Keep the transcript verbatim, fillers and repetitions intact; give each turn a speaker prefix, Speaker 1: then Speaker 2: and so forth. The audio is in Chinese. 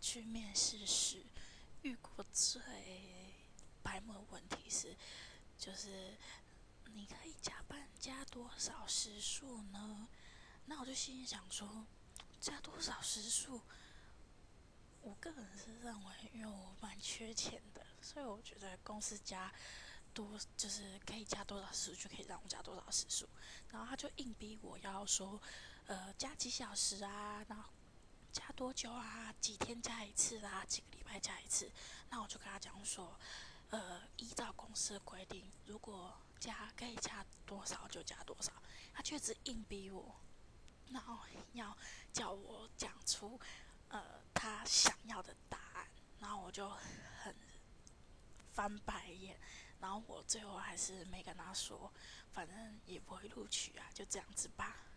Speaker 1: 去面试时遇过最白目的问题是，就是你可以加班加多少时数呢？那我就心里想说，加多少时数？我个人是认为，因为我蛮缺钱的，所以我觉得公司加多就是可以加多少时数就可以让我加多少时数。然后他就硬逼我要说，呃，加几小时啊，然后加多久啊，几天加一次啊，几个礼拜加一次。那我就跟他讲说，呃，依照公司的规定，如果加可以加多少就加多少。他却只硬逼我，然后要叫我讲出呃他想要的答案，然后我就很翻白眼，然后我最后还是没跟他说，反正也不会录取啊，就这样子吧。